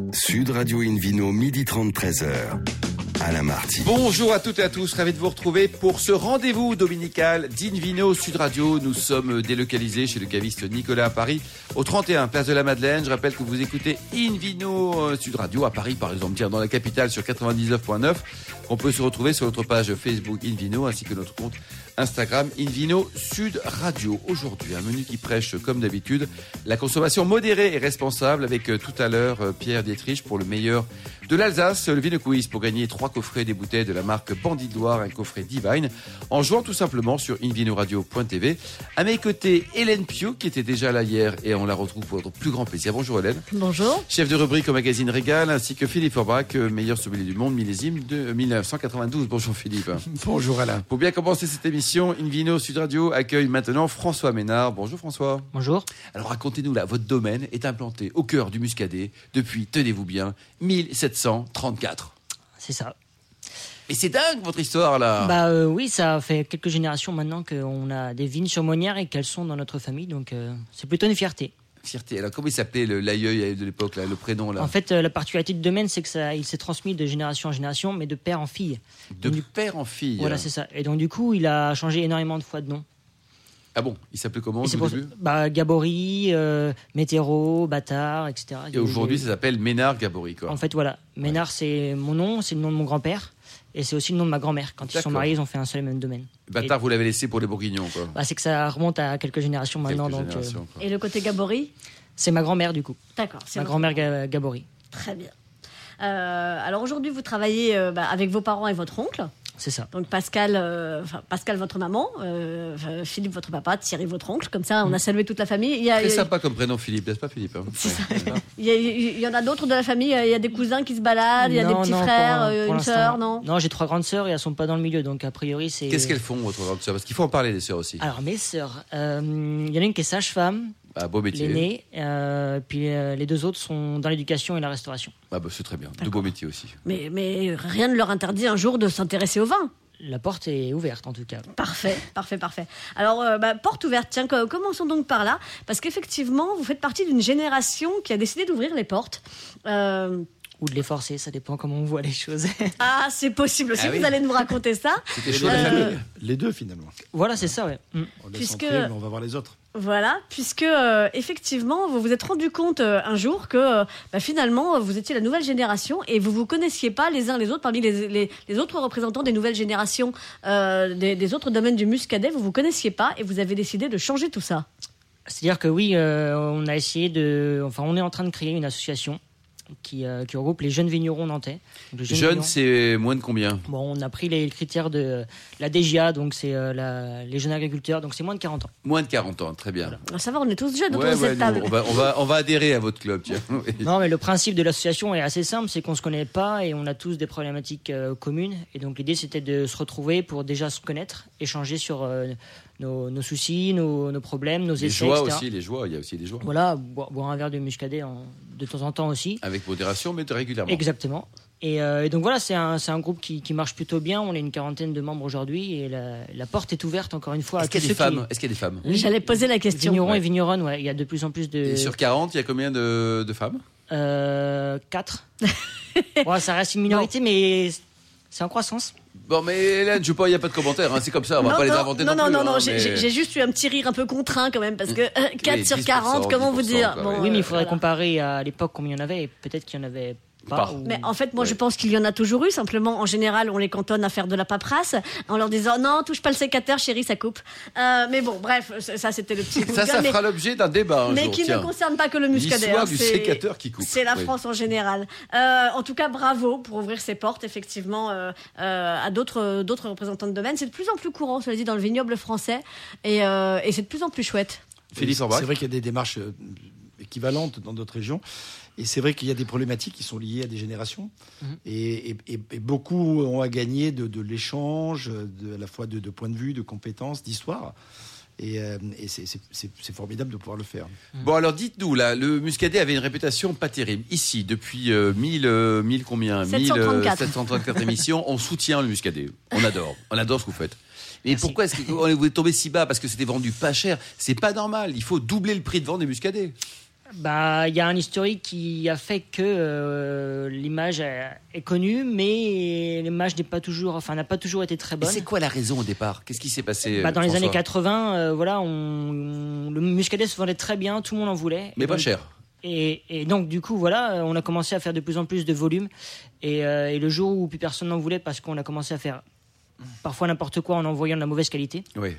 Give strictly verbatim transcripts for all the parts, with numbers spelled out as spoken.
Sud Radio Invino, midi trente, treize heures. Alain Marty. Bonjour à toutes et à tous, ravi de vous retrouver pour ce rendez-vous dominical d'Invino Sud Radio. Nous sommes délocalisés chez le caviste Nicolas à Paris, au trente et un place de la Madeleine. Je rappelle que vous écoutez Invino Sud Radio à Paris, par exemple, tiens, dans la capitale sur quatre-vingt-dix-neuf virgule neuf. On peut se retrouver sur notre page Facebook Invino ainsi que notre compte Instagram Invino Sud Radio. Aujourd'hui, un menu qui prêche, comme d'habitude, la consommation modérée et responsable avec euh, tout à l'heure euh, Pierre Dietrich pour le meilleur de l'Alsace, le Vino Quiz pour gagner trois coffrets des bouteilles de la marque Bandit de Loire, un coffret Divine, en jouant tout simplement sur invinoradio point t v. À mes côtés, Hélène Pio, qui était déjà là hier et on la retrouve pour notre plus grand plaisir. Bonjour Hélène. Bonjour. Chef de rubrique au magazine Régal, ainsi que Philippe Forbach, meilleur sommelier du monde, millésime de mille neuf cent quatre-vingt-douze. Bonjour Philippe. Bonjour Alain. Pour bien commencer cette émission, Invino Sud Radio accueille maintenant François Ménard. Bonjour François. Bonjour. Alors racontez-nous là, votre domaine est implanté au cœur du Muscadet depuis, tenez-vous bien, mille sept cent trente-quatre. C'est ça. Et c'est dingue votre histoire là. Bah euh, oui, ça fait quelques générations maintenant qu'on a des vignes sur Monnières et qu'elles sont dans notre famille, donc euh, c'est plutôt une fierté. Fierté. Alors comment il s'appelait le, l'aïeul de l'époque là, le prénom là? En fait, euh, la particularité du domaine, c'est que ça, il s'est transmis de génération en génération, mais de père en fille. De donc, père en fille. Voilà, c'est ça. Et donc du coup, il a changé énormément de fois de nom. Ah bon? Il s'appelait comment Et au pour, début? bah, Gabory, euh, Météro, Bâtard, et cetera. Et aujourd'hui, ça s'appelle Ménard Gabory quoi. En fait, voilà. Ménard, ouais. C'est mon nom, c'est le nom de mon grand-père. Et c'est aussi le nom de ma grand-mère. Quand D'accord. Ils sont mariés, ils ont fait un seul et même domaine. Bâtard, et... vous l'avez laissé pour les Bourguignons quoi. Bah, c'est que ça remonte à quelques générations maintenant. Quelques donc, générations, euh... Et le côté Gabory? C'est ma grand-mère du coup. D'accord. C'est ma grand-mère Ga- Gabory. Très bien. Euh, alors aujourd'hui, vous travaillez euh, bah, avec vos parents et votre oncle. C'est ça. Donc Pascal, euh, enfin, Pascal votre maman, euh, Philippe votre papa, Thierry votre oncle. Comme ça, on a salué toute la famille. Il y a, Très il y a... sympa comme prénom Philippe, n'est-ce pas Philippe hein? C'est ça. il, y a, il y en a d'autres de la famille. Il y a des cousins qui se baladent. Il y a non, des petits non, frères, pour, pour une sœur, non? Non, j'ai trois grandes sœurs et elles sont pas dans le milieu. Donc a priori, c'est. Qu'est-ce qu'elles font votre grande sœur? Parce qu'il faut en parler des sœurs aussi. Alors mes sœurs, euh, il y en a une qui est sage-femme. Ah, beau métier. L'aînée, euh, puis euh, les deux autres sont dans l'éducation et la restauration. Ah bah c'est très bien, de beau métier aussi. Mais, mais rien ne leur interdit un jour de s'intéresser au vin. La porte est ouverte en tout cas. Parfait, parfait, parfait. Alors, euh, bah, porte ouverte, tiens, commençons donc par là. Parce qu'effectivement, vous faites partie d'une génération qui a décidé d'ouvrir les portes. Euh... Ou de les forcer, ça dépend comment on voit les choses. Ah, c'est possible aussi, ah, vous oui. allez nous raconter ça. C'était chaud, euh... Les deux finalement. Voilà, c'est ça, ouais. Mm. On laisse Puisque... entrer, mais on va voir les autres. Voilà, puisque euh, effectivement, vous vous êtes rendu compte euh, un jour que euh, bah, finalement, vous étiez la nouvelle génération et vous vous connaissiez pas les uns les autres parmi les, les, les autres représentants des nouvelles générations, euh, des, des autres domaines du Muscadet, vous vous connaissiez pas et vous avez décidé de changer tout ça. C'est-à-dire que oui, euh, on a essayé de, enfin, on est en train de créer une association qui, euh, qui regroupe les jeunes vignerons nantais. Jeunes, jeunes c'est moins de combien? Bon, on a pris les critères de la D G A, donc c'est euh, la, les jeunes agriculteurs, donc c'est moins de quarante ans. Moins de quarante ans, très bien. Voilà. Alors ça va, on est tous jeunes ouais, autour de ouais, cette table. Nous, on, va, on, va, on va adhérer à votre club, tiens. Non, mais le principe de l'association est assez simple, c'est qu'on ne se connaît pas et on a tous des problématiques euh, communes. Et donc l'idée, c'était de se retrouver pour déjà se connaître, échanger sur euh, nos, nos soucis, nos, nos problèmes, nos les essais, joies et cetera. aussi, les joies, il y a aussi des joies. Voilà, boire, boire un verre de muscadet en, de temps en temps aussi. Avec modération, mais régulièrement. Exactement. Et, euh, et donc voilà, c'est un, c'est un groupe qui, qui marche plutôt bien. On est une quarantaine de membres aujourd'hui et la, la porte est ouverte encore une fois. Est-ce à qu'il y a des femmes qui... Est-ce qu'il y a des femmes oui. J'allais poser la question. Vignerons ouais. et vigneronnes, ouais. Il y a de plus en plus de. Et sur quarante, il y a combien de, de femmes? euh, quatre. Bon, ça reste une minorité, non. Mais c'est en croissance. Bon, mais Hélène, je sais pas, il n'y a pas de commentaires, hein, c'est comme ça, on va non, pas non, les inventer non, non, non plus. Non, non, hein, j'ai, mais... j'ai juste eu un petit rire un peu contraint quand même, parce que euh, quatre oui, sur quarante, comment vous dire quoi, bon, oui, mais il faudrait voilà. comparer à l'époque combien il y en avait, et peut-être qu'il y en avait pas. Ou... Mais en fait, moi, ouais. je pense qu'il y en a toujours eu. Simplement, en général, on les cantonne à faire de la paperasse en leur disant non, touche pas le sécateur, chérie, ça coupe. Euh, mais bon, bref, ça, c'était le petit. Ça, ça mais, fera l'objet d'un débat un mais jour, qui tiens. ne concerne pas que le Muscadet. L'histoire hein, du c'est, sécateur qui coupe. C'est la oui. France en général. Euh, en tout cas, bravo pour ouvrir ses portes, effectivement, euh, euh, à d'autres, d'autres représentants de domaine. C'est de plus en plus courant, cela dit, dans le vignoble français, et, euh, et c'est de plus en plus chouette. Philippe c'est, c'est vrai qu'il y a des démarches équivalentes dans d'autres régions. Et c'est vrai qu'il y a des problématiques qui sont liées à des générations. Mmh. Et, et, et beaucoup ont à gagner de, de l'échange, de, à la fois de, de points de vue, de compétences, d'histoire. Et, euh, et c'est, c'est, c'est, c'est formidable de pouvoir le faire. Bon, alors dites-nous, là, le Muscadet avait une réputation pas terrible. Ici, depuis euh, mille, euh, mille combien sept cent trente-quatre. mille sept cent trente-quatre émissions, on soutient le Muscadet. On adore. On adore ce que vous faites. Mais Merci. Pourquoi est-ce que vous êtes tombé si bas? Parce que c'était vendu pas cher. C'est pas normal. Il faut doubler le prix de vente des Muscadets. Bah, il y a un historique qui a fait que euh, l'image est connue, mais l'image n'est pas toujours, enfin, n'a pas toujours été très Et bonne. c'est quoi la raison au départ? Qu'est-ce qui s'est passé Bah, dans les François années quatre-vingts, euh, voilà, on, on- le muscadet se vendait très bien, tout le monde en voulait. Mais Et pas donc- cher. Et, et donc, du coup, voilà, on a commencé à faire de plus en plus de volume. Et, euh, et le jour où plus personne n'en voulait, parce qu'on a commencé à faire parfois n'importe quoi en envoyant de la mauvaise qualité, Oui.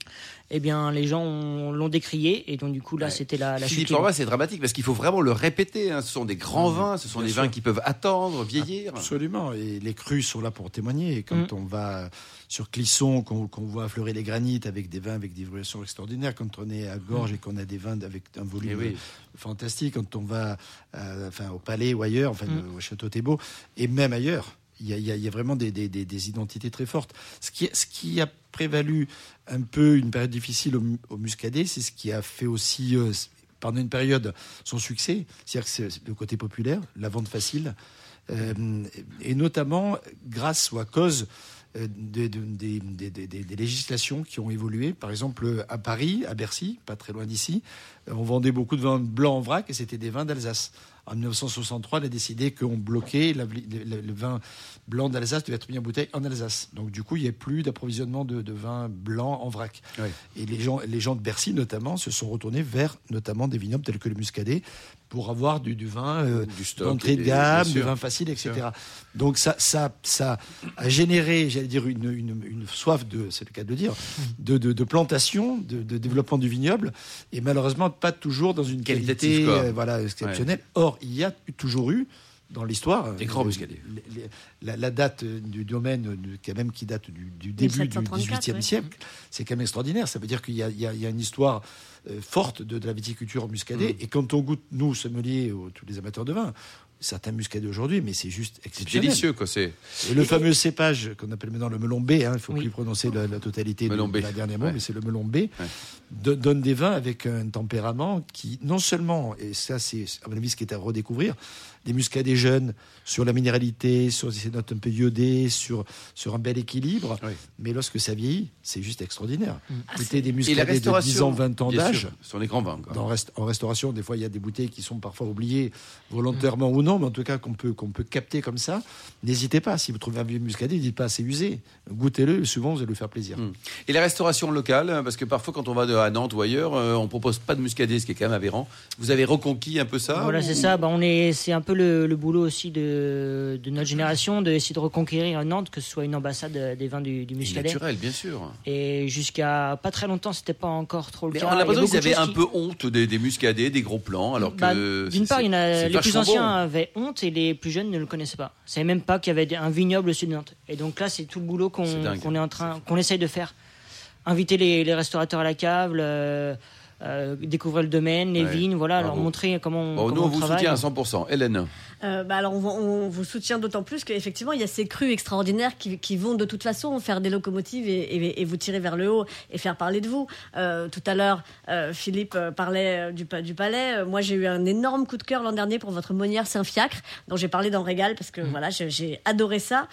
eh bien, les gens ont- l'ont décrié. Et donc, du coup, là, Ouais. c'était la, la Philippe chute. Forbach, c'est dramatique parce qu'il faut vraiment le répéter. hein. Ce sont des grands vins, ce sont Bien des sûr. vins qui peuvent attendre, vieillir. Absolument, et les crus sont là pour témoigner. Et quand Mm. on va sur Clisson, qu'on qu'on voit affleurer les granites avec des vins avec des variations extraordinaires, quand on est à Gorges et qu'on a des vins avec un volume Eh oui. fantastique, quand on va euh, enfin, au Palais ou ailleurs, enfin, Mm. au Château Thébault, et même ailleurs, il y a, il y a- il y a vraiment des, des- des- des identités très fortes. Ce qui, ce qui a prévalu un peu une période difficile au, mu- au Muscadet, c'est ce qui a fait aussi, euh, pendant une période, son succès, c'est-à-dire que c'est le côté populaire, la vente facile, euh, et notamment grâce ou à cause euh, de- de- des, des- des- des- des législations qui ont évolué. Par exemple, à Paris, à Bercy, pas très loin d'ici, euh, on vendait beaucoup de vins blancs en vrac et c'était des vins d'Alsace. En mille neuf cent soixante-trois, on a décidé qu'on bloquait la- le, le vin blanc d'Alsace devait être mis en bouteille en Alsace. Donc du coup, il n'y a plus d'approvisionnement de, de vin blanc en vrac. Oui. Et les gens, les gens de Bercy notamment se sont retournés vers notamment des vignobles tels que le Muscadet pour avoir du, du vin euh, Du stock d'entrée et de des- gamme, bien du sûr. vin facile, et cetera. Bien Donc ça, ça, ça a généré, j'allais dire, une, une, une soif de, c'est le cas de le dire, de, de, de plantation, de, de développement du vignoble, et malheureusement pas toujours dans une Qualitative, qualité quoi. euh, voilà, exceptionnelle. Or, il y a toujours eu dans l'histoire Des grands euh, muscadets. les- les- la, la date euh, du domaine, euh, du- quand même qui date du, du début du mille sept cent trente-quatre, dix-huitième ouais. siècle, c'est quand même extraordinaire. Ça veut dire qu'il y a, il y a- il y a une histoire euh, forte de, de la viticulture au muscadet. Et quand on goûte, nous, sommeliers, ou tous les amateurs de vin, certains muscadets aujourd'hui, mais c'est juste C'est exceptionnel. délicieux, quoi. C'est Et le fameux cépage qu'on appelle maintenant le melon B, hein, il ne faut Oui. plus prononcer la, la totalité de, Melon B. de la dernière mot, Ouais. mais c'est le melon B, do- donne des vins avec un tempérament qui, non seulement, et ça c'est à mon avis ce qui est à redécouvrir, des muscadets jeunes sur la minéralité, sur ces notes un peu iodées, sur, sur un bel équilibre, Oui. mais lorsque ça vieillit, c'est juste extraordinaire. Ah, Écoutez, des Et la muscadets de restauration, dix ans, vingt ans bien d'âge. sûr, ce sont des grands vins. quoi. Dans rest- en restauration, des fois, il y a des bouteilles qui sont parfois oubliées volontairement ou non, mais en tout cas qu'on peut, qu'on peut capter comme ça. N'hésitez pas, si vous trouvez un vieux muscadet, dites pas c'est usé. Goûtez-le, souvent vous allez lui faire plaisir. Mm. Et la restauration locale, hein, parce que parfois quand on va de- à Nantes ou ailleurs, euh, on propose pas de muscadet, ce qui est quand même aberrant. Vous avez reconquis un peu ça Voilà, ou- c'est ça. Bah, on est, c'est un peu le, le boulot aussi de, de notre génération, d'essayer de reconquérir Nantes, que ce soit une ambassade euh, des vins du, du Et muscadet. naturel, bien sûr. Et jusqu'à pas très longtemps, c'était pas encore trop le Mais cas. on a Il y l'impression beaucoup qu'ils de avaient un choses qui- peu honte des, des muscadets, des gros plans, alors Bah, que d'une c'est- part, il y en a, c'est les plus vachement anciens bon. avaient honte et les plus jeunes ne le connaissaient pas. Ils savaient même pas qu'il y avait un vignoble au sud de Nantes. Et donc là, c'est tout le boulot qu'on C'est dingue. qu'on est en train, qu'on essaye de faire. Inviter les, les restaurateurs à la cave, le- euh, découvrir le domaine, les Ouais, vignes, voilà, bravo. leur montrer comment, on- Bon, comment nous, on on vous travaille. soutient à cent pour cent. Hélène, Euh, bah alors on, va- on vous soutient d'autant plus qu'effectivement il y a ces crus extraordinaires qui, qui vont de toute façon faire des locomotives et, et- et vous tirer vers le haut et faire parler de vous. Euh, tout à l'heure, euh, Philippe euh, parlait euh, du, pa- du palais. Euh, Moi j'ai eu un énorme coup de cœur l'an dernier pour votre Monnière Saint-Fiacre, dont j'ai parlé dans Régal parce que voilà j'ai- j'ai adoré ça.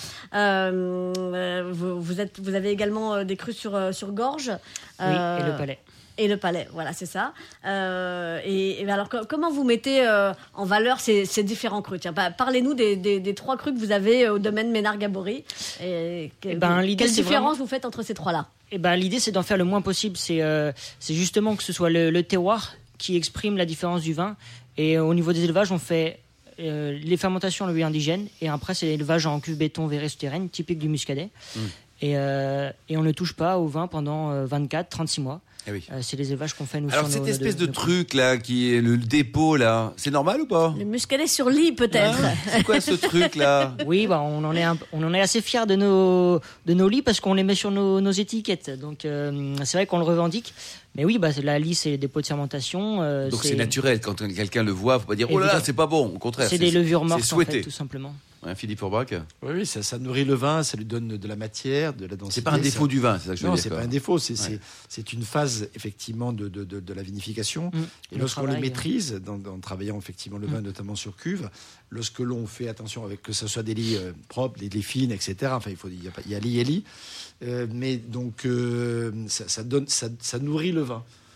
Euh, euh, vous, vous, êtes, vous avez également euh, des crus sur, euh, sur Gorges. Oui, Euh, et le palais. Et le palais, voilà, c'est ça. Euh, et, et alors, co- comment vous mettez euh, en valeur ces, ces différents crus? Tiens, pa- parlez-nous des, des- des trois crus que vous avez au domaine Ménard-Gabory. Et, que- Eh ben, l'idée, quelle c'est différence vraiment- vous faites entre ces trois-là? Eh ben, l'idée, c'est d'en faire le moins possible. C'est euh, c'est justement que ce soit le, le terroir qui exprime la différence du vin. Et euh, au niveau des élevages, on fait euh, les fermentations le lieu indigène. Et après, c'est l'élevage en cuve béton verré souterraine, typique du muscadet. Et, euh, et on ne touche pas au vin pendant euh, vingt-quatre à trente-six mois. Eh oui. Euh, c'est les élevages qu'on fait, nous, Alors sur cette nos- espèce nos- de nos- truc là, qui est le dépôt là, c'est normal ou pas? Le muscadet sur lit, peut-être. Hein C'est quoi ce truc là? Oui, bah, on, en est un- on en est assez fiers de nos, de nos lits parce qu'on les met sur nos, nos étiquettes. Donc, euh, c'est vrai qu'on le revendique. Mais oui, bah, c'est- la lit, c'est des pots de fermentation. euh, Donc c'est naturel, quand quelqu'un le voit, faut pas dire oh là là, Évidemment. c'est pas bon, au contraire. C'est des levures mortes, C'est en fait, souhaité. tout simplement. Hein, Philippe Forbach, Oui, oui, ça, ça nourrit le vin, ça lui donne de la matière, de la densité. c'est pas un défaut ça- du vin, c'est ça que je veux Non, dire. c'est quoi. pas un défaut, c'est Ouais. c'est- c'est une phase effectivement de, de, de, de la vinification. Mmh. Et Le lorsqu'on les travail, maîtrise, dans, en travaillant effectivement le vin, Mm. notamment sur cuve, lorsque l'on fait attention avec que ce soit des lits euh, propres, des lits fines, et cetera. Enfin, il faut il y a, pas- il y a lit et lit, Euh, mais donc euh, ça, ça donne, ça, ça nourrit le vin.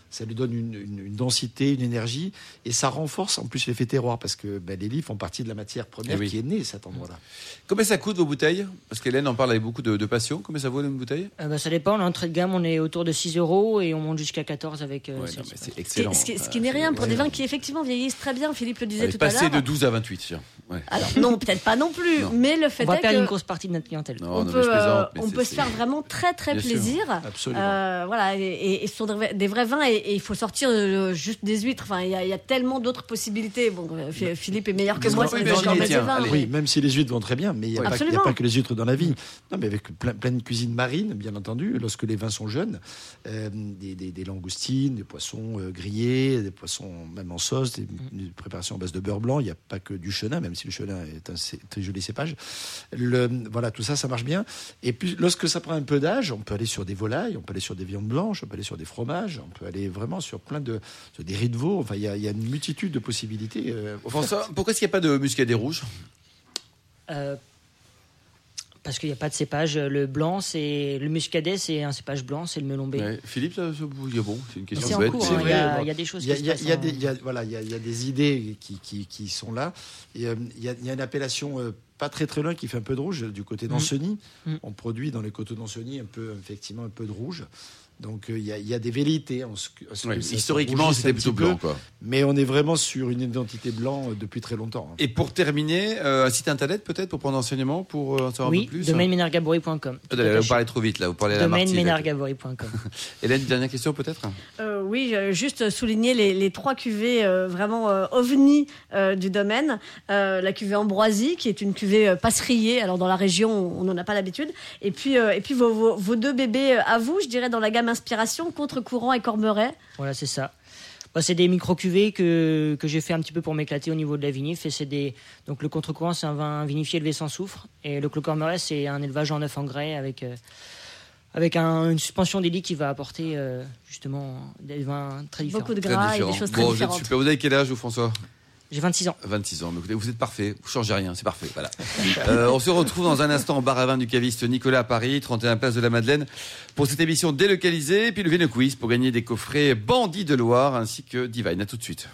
ça lui donne une, une, une densité, une énergie, et ça renforce en plus l'effet terroir, parce que ben, les livres font partie de la matière première eh oui. qui est née à cet endroit-là. Combien ça coûte vos bouteilles? Parce qu'Hélène en parle avec beaucoup de, de passion. Combien ça vaut une bouteille? euh, bah, Ça dépend, l'entrée de gamme on est autour de six euros et on monte jusqu'à quatorze avec euh, Ouais, celle-ci. non, mais c'est Ce qui, excellent. ce qui- ce qui n'est rien pour des vins qui effectivement vieillissent très bien, Philippe le disait Elle est tout à passée l'heure. de douze à vingt-huit. Tiens. Ouais. Alors non, peut-être pas non plus, Non. mais le fait On va est perdre que une grosse partie de notre clientèle. Non, on non, peut, mais je plaisante, euh, mais on c'est- peut se c'est- faire vraiment très très Bien sûr. plaisir. Absolument. Euh, voilà, et, et- et ce sont des vrais, des vrais vins et, et il faut sortir euh, juste des huîtres. Enfin, il y, a- il y a tellement d'autres possibilités. Bon, euh, F- Philippe est meilleur que Mais moi non, sur oui, les mais encore j'y des tiens, vins. allez. mais- Oui, même si les huîtres vont très bien, mais il n'y a, Oui. pas- il y a Absolument. pas que les huîtres dans la vigne. Non, mais avec plein, plein de cuisine marine, bien entendu, lorsque les vins sont jeunes, euh, des, des- des langoustines, des poissons euh, grillés, des poissons même en sauce, des, des préparations à base de beurre blanc. Il n'y a pas que du chenin, même si le chenin est un cé- très joli cépage. Le, voilà, tout ça, ça marche bien. Et puis, lorsque ça prend un peu d'âge, on peut aller sur des volailles, on peut aller sur des viandes blanches, on peut aller sur des fromages, on peut aller vraiment sur plein de, sur des riz de veau. Enfin, il y a, il y a une multitude de possibilités. euh, François, pourquoi est-ce qu'il n'y a pas de muscadet rouge? Euh, parce qu'il n'y a pas de cépage. Le blanc, c'est le muscadet, c'est un cépage blanc, c'est le melon B. Ouais. Philippe, ça, ça vous dit bon, c'est une question C'est en bête. cours, mais- C'est hein, il y, vrai, a- bon. il y a des choses Il y a, qui il y a- se il y a passent des, en- il y a- voilà, il y a, il y a des idées qui, qui, qui sont là. Et, euh, il, y a, il y a une appellation euh, pas très très loin qui fait un peu de rouge du côté d'Ancenis. Mm. On produit dans les coteaux d'Ancenis un peu, effectivement, un peu de rouge. Donc euh, il y, a, il y a des velléités. En ce, que- en ce Ouais, que ça historiquement, rougisse c'était un plutôt petit peu, blanc, quoi. Mais on est vraiment sur une identité blanc euh, depuis très longtemps. hein. Et pour terminer, euh, un site internet peut-être pour prendre enseignement, pour euh, en savoir un Oui, peu plus. domaine ménard gabory point com. Ah, d'ailleurs, vous parlez trop vite là, vous parlez à la domaine Marty. ménard là. gabory point com. Hélène, dernière question peut-être. Euh, oui, euh, juste souligner les, les trois cuvées euh, vraiment euh, ovni euh, du domaine. Euh, la cuvée Ambroisie, qui est une cuvée euh, passerillée. Alors dans la région, on n'en a pas l'habitude. Et puis, euh, et puis vos, vos, vos deux bébés euh, à vous, je dirais dans la gamme Inspiration, Contre-courant et Cormeret. Voilà, c'est ça. Bah, c'est des micro-cuvées que, que j'ai fait un petit peu pour m'éclater au niveau de la vinif. Et c'est des... Donc le contre-courant, c'est un vin vinifié élevé sans soufre. Et le Clos Cormeret, c'est un élevage en œuf en grès avec, euh, avec un- une suspension d'hélice qui va apporter euh, justement des vins très différents. Beaucoup de Très gras et différent. des choses très Bon, vous êtes différentes. super. Vous avez quel âge, vous, François? J'ai vingt-six ans. vingt-six ans. Mais écoutez, vous êtes parfait. Vous changez rien. C'est parfait. Voilà. Euh, on se retrouve dans un instant au bar à vin du caviste Nicolas à Paris, trente et un place de la Madeleine, pour cette émission délocalisée. Et puis le Vino Quiz pour gagner des coffrets Bandits de Loire ainsi que Divine. À tout de suite.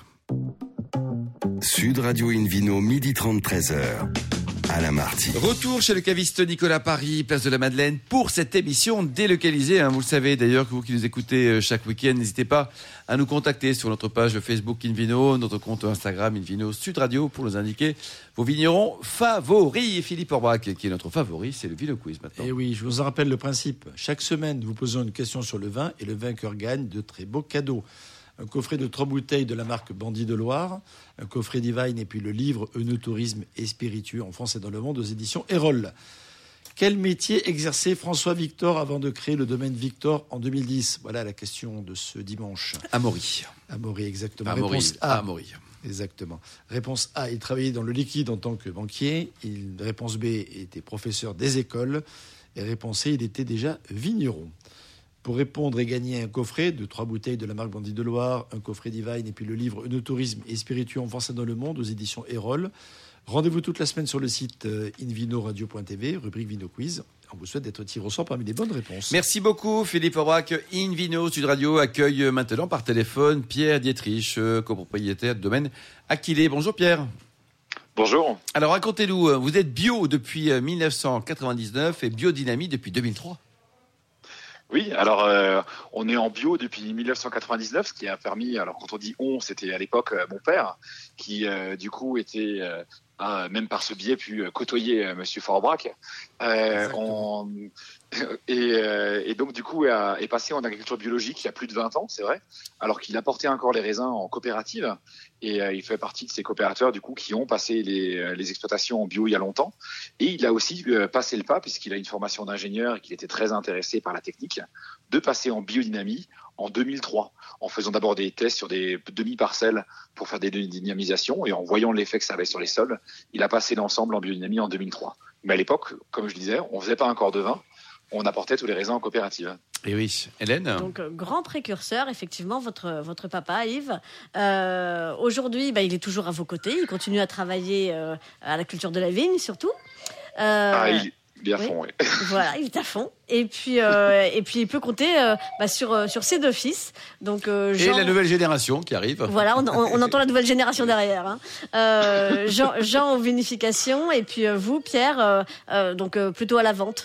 Sud Radio Invino, midi trente, treize heures. À la Marty. Retour chez le caviste Nicolas Paris, place de la Madeleine, pour cette émission délocalisée. Hein. Vous le savez d'ailleurs, que vous qui nous écoutez euh, chaque week-end, n'hésitez pas à nous contacter sur notre page Facebook Invino, notre compte Instagram Invino Sud Radio, pour nous indiquer vos vignerons favoris. Et Philippe Orbach, qui est notre favori, c'est le Vino Quiz maintenant. Et oui, je vous en rappelle le principe. Chaque semaine, nous vous posons une question sur le vin et le vainqueur gagne de très beaux cadeaux. Un coffret de trois bouteilles de la marque Bandit de Loire, un coffret Divine et puis le livre Œnotourisme et spiritueux en France et dans le monde aux éditions Erol. Quel métier exerçait François Victor avant de créer le domaine Victor en deux mille dix? Voilà la question de ce dimanche. Amaury. Amaury, exactement. Amaury. Réponse A. Amaury. Exactement. Réponse A, il travaillait dans le liquide en tant que banquier. Il, réponse B, il était professeur des écoles. Et réponse C, il était déjà vigneron. Pour répondre et gagner un coffret de trois bouteilles de la marque Bandit de Loire, un coffret Divine et puis le livre Œnotourisme et spiritueux en France et dans le monde aux éditions Erol. Rendez-vous toute la semaine sur le site invinoradio point t v, rubrique Vino Quiz. On vous souhaite d'être tiré au sort parmi les bonnes réponses. Merci beaucoup Philippe Orbach. Invino Sud Radio accueille maintenant par téléphone Pierre Dietrich, copropriétaire de domaine Aquilé. Bonjour Pierre. Bonjour. Alors racontez-nous, vous êtes bio depuis mille neuf cent quatre-vingt-dix-neuf et biodynamie depuis deux mille trois. Oui, alors euh, on est en bio depuis mille neuf cent quatre-vingt-dix-neuf, ce qui a permis, alors quand on dit on, c'était à l'époque euh, mon père, qui euh, du coup était, euh, ah, même par ce biais, pu côtoyer euh, Monsieur Forbach. Euh, on, et, euh, et donc du coup est, est passé en agriculture biologique il y a plus de vingt ans, c'est vrai, alors qu'il apportait encore les raisins en coopérative. Et euh, il fait partie de ces coopérateurs du coup qui ont passé les, les exploitations en bio il y a longtemps. Et il a aussi euh, passé le pas, puisqu'il a une formation d'ingénieur et qu'il était très intéressé par la technique, de passer en biodynamie en deux mille trois, en faisant d'abord des tests sur des demi-parcelles pour faire des dynamisations, et en voyant l'effet que ça avait sur les sols, il a passé l'ensemble en biodynamie en deux mille trois. Mais à l'époque, comme je le disais, on ne faisait pas encore de vin, on apportait tous les raisins en coopérative. Et oui, Hélène. Donc, euh, grand précurseur, effectivement, votre, votre papa, Yves. Euh, aujourd'hui, bah, il est toujours à vos côtés. Il continue à travailler euh, à la culture de la vigne, surtout. Euh, Ah, il, Il est à Oui. fond, oui. Voilà, il est à fond. Et puis, euh, et puis il peut compter euh, bah, sur, euh, sur ses deux fils. Donc, euh, Et Jean... la nouvelle génération qui arrive. Voilà, on, on, on entend la nouvelle génération derrière. Hein. Euh, Jean, Jean aux vinifications et puis euh, vous, Pierre, euh, euh, donc euh, plutôt à la vente.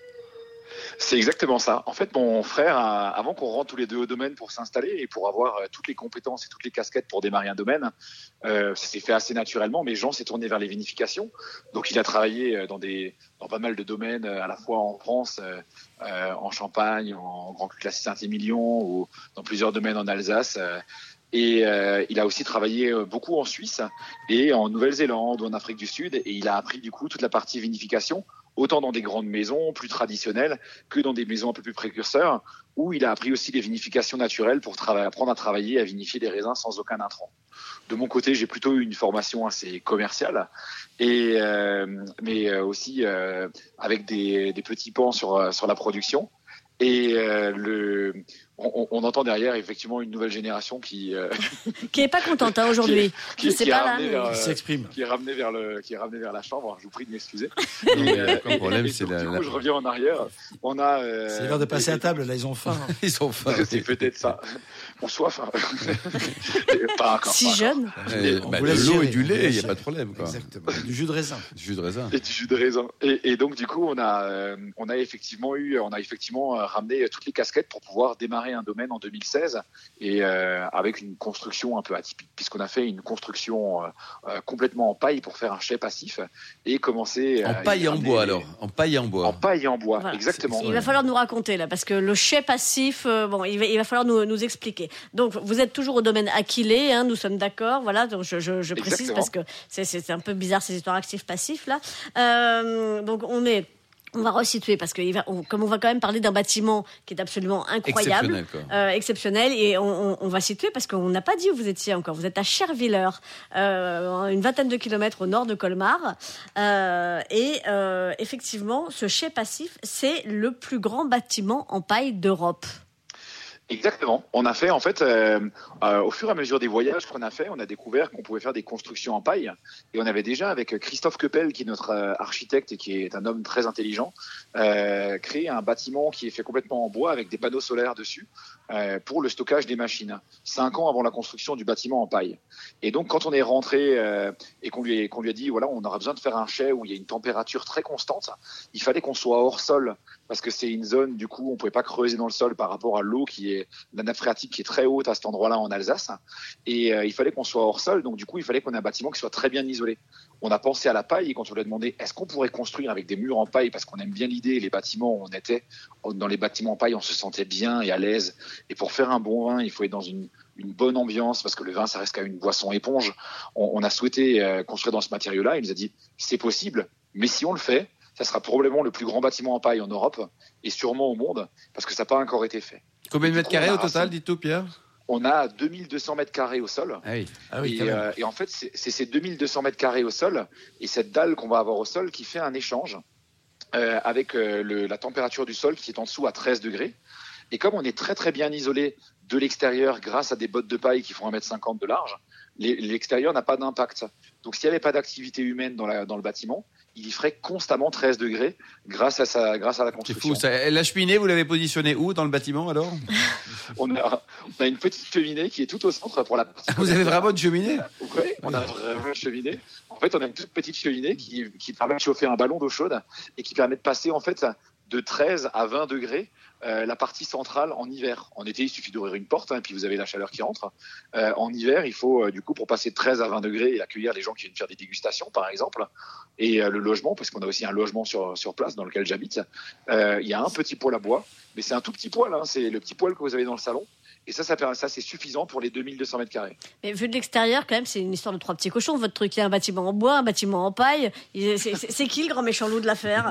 C'est exactement ça. En fait, mon frère, a, avant qu'on rentre tous les deux au domaine pour s'installer et pour avoir euh, toutes les compétences et toutes les casquettes pour démarrer un domaine, euh, ça s'est fait assez naturellement. Mais Jean s'est tourné vers les vinifications. Donc, il a travaillé dans, des, dans pas mal de domaines, à la fois en France, euh, euh, en Champagne, en Grand Cru Classé Saint-Émilion ou dans plusieurs domaines en Alsace. Euh, Et euh, il a aussi travaillé beaucoup en Suisse et en Nouvelle-Zélande ou en Afrique du Sud. Et il a appris du coup toute la partie vinification, autant dans des grandes maisons plus traditionnelles que dans des maisons un peu plus précurseurs, où il a appris aussi les vinifications naturelles pour trava- apprendre à travailler, à vinifier des raisins sans aucun intrant. De mon côté, j'ai plutôt eu une formation assez commerciale, et euh, mais aussi euh, avec des, des petits pans sur sur la production. Et euh, le, on, on entend derrière effectivement une nouvelle génération qui euh, Qui est pas contente hein, aujourd'hui. qui, Je sais qui pas est là. ramenée Mais... vers, euh, Qui s'exprime. qui est ramené vers le, qui est ramené vers la chambre. Je vous prie de m'excuser. Non, mais euh, le problème, et c'est donc, la- du coup, la- je reviens en arrière. On a. Euh, C'est l'heure de passer et- à table, là, ils ont faim. Ils sont faim. C'est peut-être ça. Ou soif. Hein. pas encore. Si pas jeune. Eh, On bah, vous de laisse l'eau gérer, et du on vous lait, il laisse n'y a gérer. pas de problème. Quoi. Exactement. Du jus de raisin. Du jus de raisin. Et du jus de raisin. Et, et donc du coup, on a, euh, on a effectivement eu, on a effectivement euh, ramené toutes les casquettes pour pouvoir démarrer un domaine en deux mille seize et euh, avec une construction un peu atypique, puisqu'on a fait une construction euh, euh, complètement en paille pour faire un chai passif et commencer. En euh, paille et en ramener bois, les- alors. En paille et en bois. En paille et en bois, Voilà. exactement. Il va falloir nous raconter là, parce que le chai passif, euh, bon, il va, il va falloir nous, nous expliquer. Donc, vous êtes toujours au domaine Aquilé, hein, nous sommes d'accord, voilà. Donc, je, je, je précise Exactement. parce que c'est, c'est, c'est un peu bizarre ces histoires actifs-passifs là. Euh, donc, on est. On va resituer parce que il va, on, comme on va quand même parler d'un bâtiment qui est absolument incroyable, Exceptionnel, quoi. euh, exceptionnel, et on, on, on va situer parce qu'on n'a pas dit où vous étiez encore. Vous êtes à Cherviller, euh, une vingtaine de kilomètres au nord de Colmar, euh, et euh, effectivement, ce chai passif, c'est le plus grand bâtiment en paille d'Europe. Exactement. On a fait en fait, euh, euh, au fur et à mesure des voyages qu'on a fait, on a découvert qu'on pouvait faire des constructions en paille. Et on avait déjà, avec Christophe Keppel, qui est notre euh, architecte et qui est un homme très intelligent, euh, créé un bâtiment qui est fait complètement en bois avec des panneaux solaires dessus euh, pour le stockage des machines. Cinq ans avant la construction du bâtiment en paille. Et donc, quand on est rentré euh, et qu'on lui, qu'on lui a dit, voilà, on aura besoin de faire un chai où il y a une température très constante, il fallait qu'on soit hors sol parce que c'est une zone, du coup, on pouvait pas creuser dans le sol par rapport à l'eau qui est la nappe phréatique qui est très haute à cet endroit-là en Alsace, et euh, il fallait qu'on soit hors sol, donc du coup il fallait qu'on ait un bâtiment qui soit très bien isolé. On a pensé à la paille et quand on lui a demandé est-ce qu'on pourrait construire avec des murs en paille parce qu'on aime bien l'idée, les bâtiments où on était, dans les bâtiments en paille on se sentait bien et à l'aise, et pour faire un bon vin il faut être dans une, une bonne ambiance parce que le vin ça reste quand même une boisson éponge. On, on a souhaité euh, construire dans ce matériau-là, il nous a dit c'est possible, mais si on le fait, ça sera probablement le plus grand bâtiment en paille en Europe et sûrement au monde parce que ça n'a pas encore été fait. Combien de mètres Du coup, carrés on au a total, rassemblé- dites-vous, Pierre? On a deux mille deux cents mètres carrés au sol. Ah oui. Ah oui, et, quand même. euh, et en fait, c'est c'est ces deux mille deux cents mètres carrés au sol et cette dalle qu'on va avoir au sol qui fait un échange euh, avec euh, le, la température du sol qui est en dessous à treize degrés. Et comme on est très très bien isolé de l'extérieur grâce à des bottes de paille qui font un mètre cinquante de large, les- l'extérieur n'a pas d'impact. Donc s'il n'y avait pas d'activité humaine dans, la, dans le bâtiment, il y ferait constamment treize degrés grâce à, sa, grâce à la C'est construction. fou. Ça. La cheminée, vous l'avez positionnée où dans le bâtiment alors? On a, on a une petite cheminée qui est tout au centre pour la partie. Vous avez vraiment une cheminée? Oui, on a vraiment une cheminée. En fait, on a une toute petite cheminée qui, qui permet de chauffer un ballon d'eau chaude et qui permet de passer en fait de treize à vingt degrés euh, la partie centrale en hiver. En été, il suffit d'ouvrir une porte hein, et puis vous avez la chaleur qui rentre. Euh, en hiver, il faut euh, du coup pour passer de treize à vingt degrés et accueillir les gens qui viennent faire des dégustations, par exemple, et euh, le logement, parce qu'on a aussi un logement sur sur place dans lequel j'habite. Euh, il y a un petit poêle à bois, mais c'est un tout petit poêle. Hein, c'est le petit poêle que vous avez dans le salon. Et ça, ça, permet- ça c'est suffisant pour les deux mille deux cents mètres carrés. Mais vu de l'extérieur, quand même, c'est une histoire de trois petits cochons. Votre truc, il y a un bâtiment en bois, un bâtiment en paille. Il- C'est, c'est- c'est qui le grand méchant loup de l'affaire?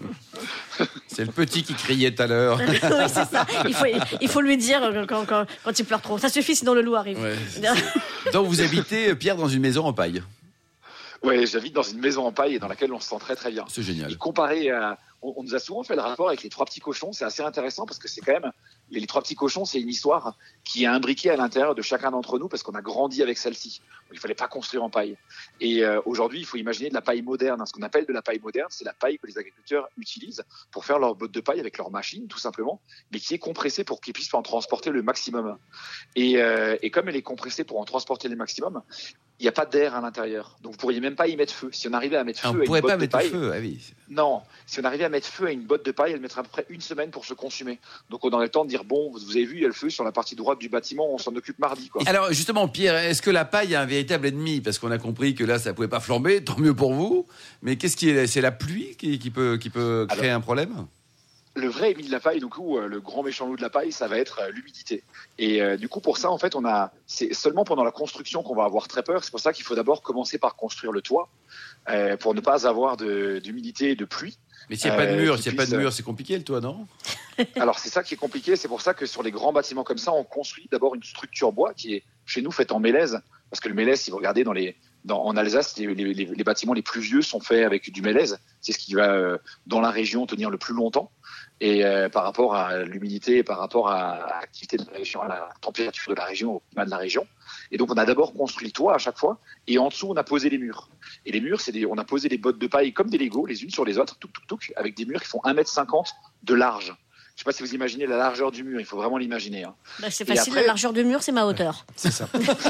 C'est le petit qui criait tout à l'heure. Oui, c'est ça. Il faut, il faut lui dire quand, quand, quand il pleure trop. Ça suffit, sinon le loup arrive. Ouais. Donc vous habitez, Pierre, dans une maison en paille. Ouais, j'habite dans une maison en paille et dans laquelle on se sent très très bien. C'est génial. Et comparé à, on, on nous a souvent fait le rapport avec les trois petits cochons, c'est assez intéressant parce que c'est quand même Les, les trois petits cochons, c'est une histoire qui est imbriquée à l'intérieur de chacun d'entre nous parce qu'on a grandi avec celle-ci. Il fallait pas construire en paille. Et euh, aujourd'hui, il faut imaginer de la paille moderne. Ce qu'on appelle de la paille moderne, c'est la paille que les agriculteurs utilisent pour faire leurs bottes de paille avec leurs machines, tout simplement, mais qui est compressée pour qu'ils puissent en transporter le maximum. Et, euh, et comme elle est compressée pour en transporter le maximum, il n'y a pas d'air à l'intérieur. Donc vous pourriez même pas y mettre feu. Si on arrivait à mettre feu Ah, on à une pourrait botte pas de mettre paille, le feu, ah oui. non, si on arrivait à mettre feu à une botte de paille, elle mettrait à peu près une semaine pour se consumer. Donc on aurait le temps de dire bon, vous avez vu, il y a le feu sur la partie droite du bâtiment, on s'en occupe mardi, quoi. Alors justement, Pierre, est-ce que la paille a un véritable ennemi? Parce qu'on a compris que là, ça pouvait pas flamber, tant mieux pour vous. Mais qu'est-ce qui est, c'est la pluie qui, qui peut, qui peut créer Alors, un problème? Le vrai ennemi de la paille, du coup, euh, le grand méchant loup de la paille, ça va être euh, l'humidité. Et euh, du coup, pour ça, en fait, on a, c'est seulement pendant la construction qu'on va avoir très peur. C'est pour ça qu'il faut d'abord commencer par construire le toit, euh, pour ne pas avoir de, d'humidité et de pluie. Mais s'il n'y a pas de Euh, mur, qui s'il n'y a pas de puisse- mur, c'est compliqué le toit, non? Alors c'est ça qui est compliqué, c'est pour ça que sur les grands bâtiments comme ça, on construit d'abord une structure bois qui est chez nous faite en mélèze, parce que le mélèze, si vous regardez dans les, dans, en Alsace, les, les, les, les bâtiments les plus vieux sont faits avec du mélèze, c'est ce qui va euh, dans la région tenir le plus longtemps, et euh, par rapport à l'humidité, par rapport à, à l'activité de la région, à la température de la région, au climat de la région. Et donc on a d'abord construit le toit à chaque fois, et en dessous on a posé les murs. Et les murs, c'est des, on a posé des bottes de paille comme des Legos, les unes sur les autres, touc touc touc, avec des murs qui font un mètre cinquante de large. Je sais pas si vous imaginez la largeur du mur, il faut vraiment l'imaginer. Hein. Bah, c'est Et facile, après- la largeur du mur, c'est ma hauteur. C'est ça.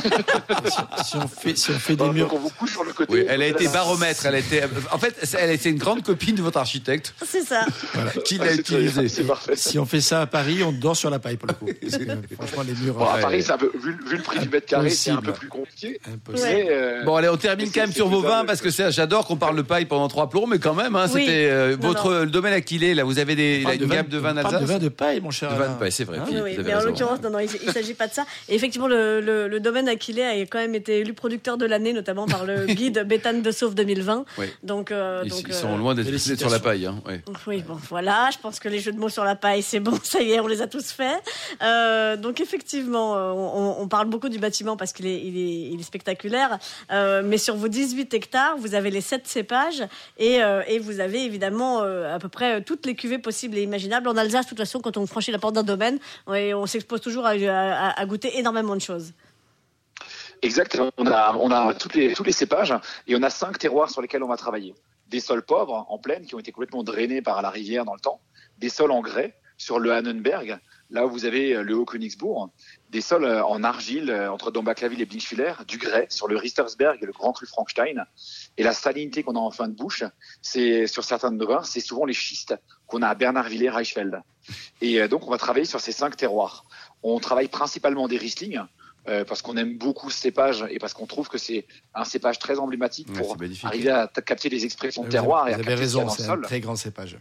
si, si on fait, si on fait des Donc, murs, on vous couche sur le côté. Oui, elle a de été la- baromètre. Elle a été, en fait, elle a été une grande copine de votre architecte C'est ça. qui Ah, l'a c'est très bien, utilisée. C'est parfait. si on fait ça à Paris, on dort sur la paille pour le coup. Parce que, franchement, les murs, Bon, à Ouais. Paris, c'est un peu, vu, vu le prix du mètre carré, c'est un peu Impossible. plus compliqué. impossible. Ouais. Mais, euh, Bon, allez, on termine Mais quand même c'est- sur c'est vos faisable. vins parce que c'est, j'adore qu'on parle de paille pendant trois plombs, mais quand même, hein, Oui. c'était euh, Non, votre non. le domaine Aquilé. Là, vous avez des, On parle une gamme de vins on parle d'Alsace. de vin de paille, mon cher De vin Alain. de paille, c'est vrai. Hein Philippe, Oui, vous avez mais en raison. l'occurrence, non, non, il ne s'agit pas de ça. Et effectivement, le, le, le domaine Aquilé a quand même été élu producteur de l'année, notamment par le guide Béthane de Sauve deux mille vingt. Oui. Donc, euh, Ils, donc, ils euh, sont loin d'être félicitations. sur la paille. Hein, ouais. Oui, bon, voilà, je pense que les jeux de mots sur la paille, c'est bon, ça y est, on les a tous faits. Euh, donc, effectivement, euh, on, on parle beaucoup du bâtiment parce qu'il est, il est, il est spectaculaire. Euh, mais sur vos dix-huit hectares, vous avez les sept cépages et, euh, et vous avez évidemment euh, à peu près toutes les cuvées possibles et imaginables. En Alsace, de toute façon, quand on franchit la porte d'un domaine, on, on s'expose toujours à, à, à goûter énormément de choses. Exactement. On a, on a toutes les, tous les cépages et on a cinq terroirs sur lesquels on va travailler. Des sols pauvres, en plaine, qui ont été complètement drainés par la rivière dans le temps. Des sols en grès, sur le Hannenberg, là où vous avez le Haut-Königsbourg. Des sols en argile, entre Dombasle-la-Ville et Blinchwiller. Du grès, sur le Richtersberg et le Grand Cru Frankenstein. Et la salinité qu'on a en fin de bouche, c'est, sur certains de nos vins, c'est souvent les schistes qu'on a à Bernardvillers-Reichsfeld. Et donc, on va travailler sur ces cinq terroirs. On travaille principalement des Riesling, Euh, parce qu'on aime beaucoup ce cépage et parce qu'on trouve que c'est un cépage très emblématique Ouais, pour c'est magnifique. arriver à t- capter les expressions de Vous avez- terroir et à vous capter avez ce qu'il y a raison, dans le c'est un sol. très grand cépage.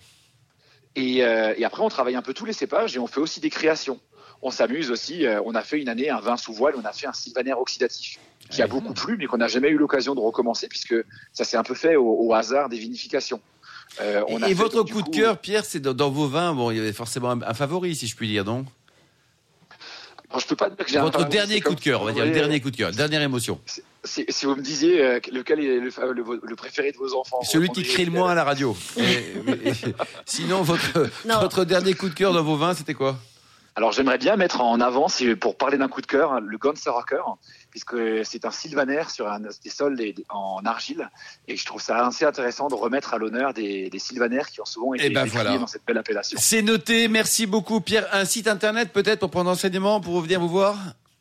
Et, euh, et après, on travaille un peu tous les cépages et on fait aussi des créations. On s'amuse aussi. euh, on a fait une année un vin sous voile, on a fait un sylvaner oxydatif qui a beaucoup plu, mais qu'on n'a jamais eu l'occasion de recommencer puisque ça s'est un peu fait au, au hasard des vinifications. Euh, on a Et, et fait, votre du coup de coup, cœur, Pierre, c'est dans, dans vos vins. Bon, il y avait forcément un, un favori, si je puis dire, non? alors, je peux pas dire que j'ai un Votre favori, dernier c'est coup comme de cœur, on va si dire, vous le voulez, dernier coup de cœur, dernière émotion. Si, si vous me disiez euh, lequel est le, le, le préféré de vos enfants, Celui qui crie le moins à la radio. Et- et- sinon, votre, Non. votre dernier coup de cœur dans vos vins, c'était quoi? Alors j'aimerais bien mettre en avant, si- pour parler d'un coup de cœur, le Ganserhacker, puisque c'est un sylvaner sur un, des sols des- en argile, et je trouve ça assez intéressant de remettre à l'honneur des, des sylvaners qui ont souvent été Eh ben décriés voilà. dans cette belle appellation. C'est noté, merci beaucoup, Pierre. Un site internet peut-être pour prendre enseignement, pour venir vous voir?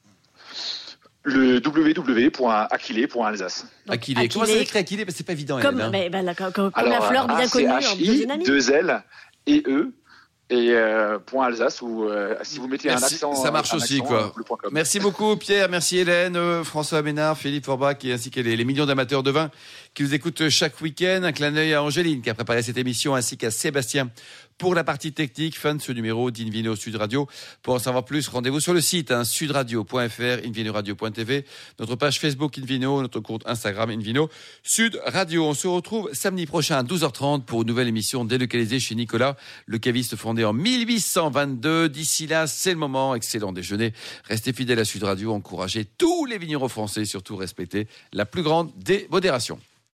Le w w w point aquilé point alsace. Donc, Aquilé. Comment ça Aquilé, s'écrit Aquilé? Parce que c'est pas évident, Comme, Hélène, hein. mais, ben, la, comme, comme la fleur bien A C connue en H I, biodynamie. deux L et E et euh, point Alsace ou euh, si vous mettez Merci, un accent, ça marche un aussi, accent, quoi. euh, le point com. Merci beaucoup, Pierre. Merci, Hélène, euh, François Ménard, Philippe Forbach et ainsi que les, les millions d'amateurs de vin qui vous écoutent chaque week-end. Un clin d'œil à Angéline qui a préparé cette émission ainsi qu'à Sébastien pour la partie technique. Fin de ce numéro d'Invino Sud Radio. Pour en savoir plus, rendez-vous sur le site hein, sudradio point f r, invinoradio point t v, notre page Facebook Invino, notre compte Instagram Invino Sud Radio. On se retrouve samedi prochain à douze heures trente pour une nouvelle émission délocalisée chez Nicolas, le caviste fondé en mille huit cent vingt-deux. D'ici là, c'est le moment. Excellent déjeuner. Restez fidèles à Sud Radio. Encouragez tous les vignerons français, surtout respectez la plus grande des modérations.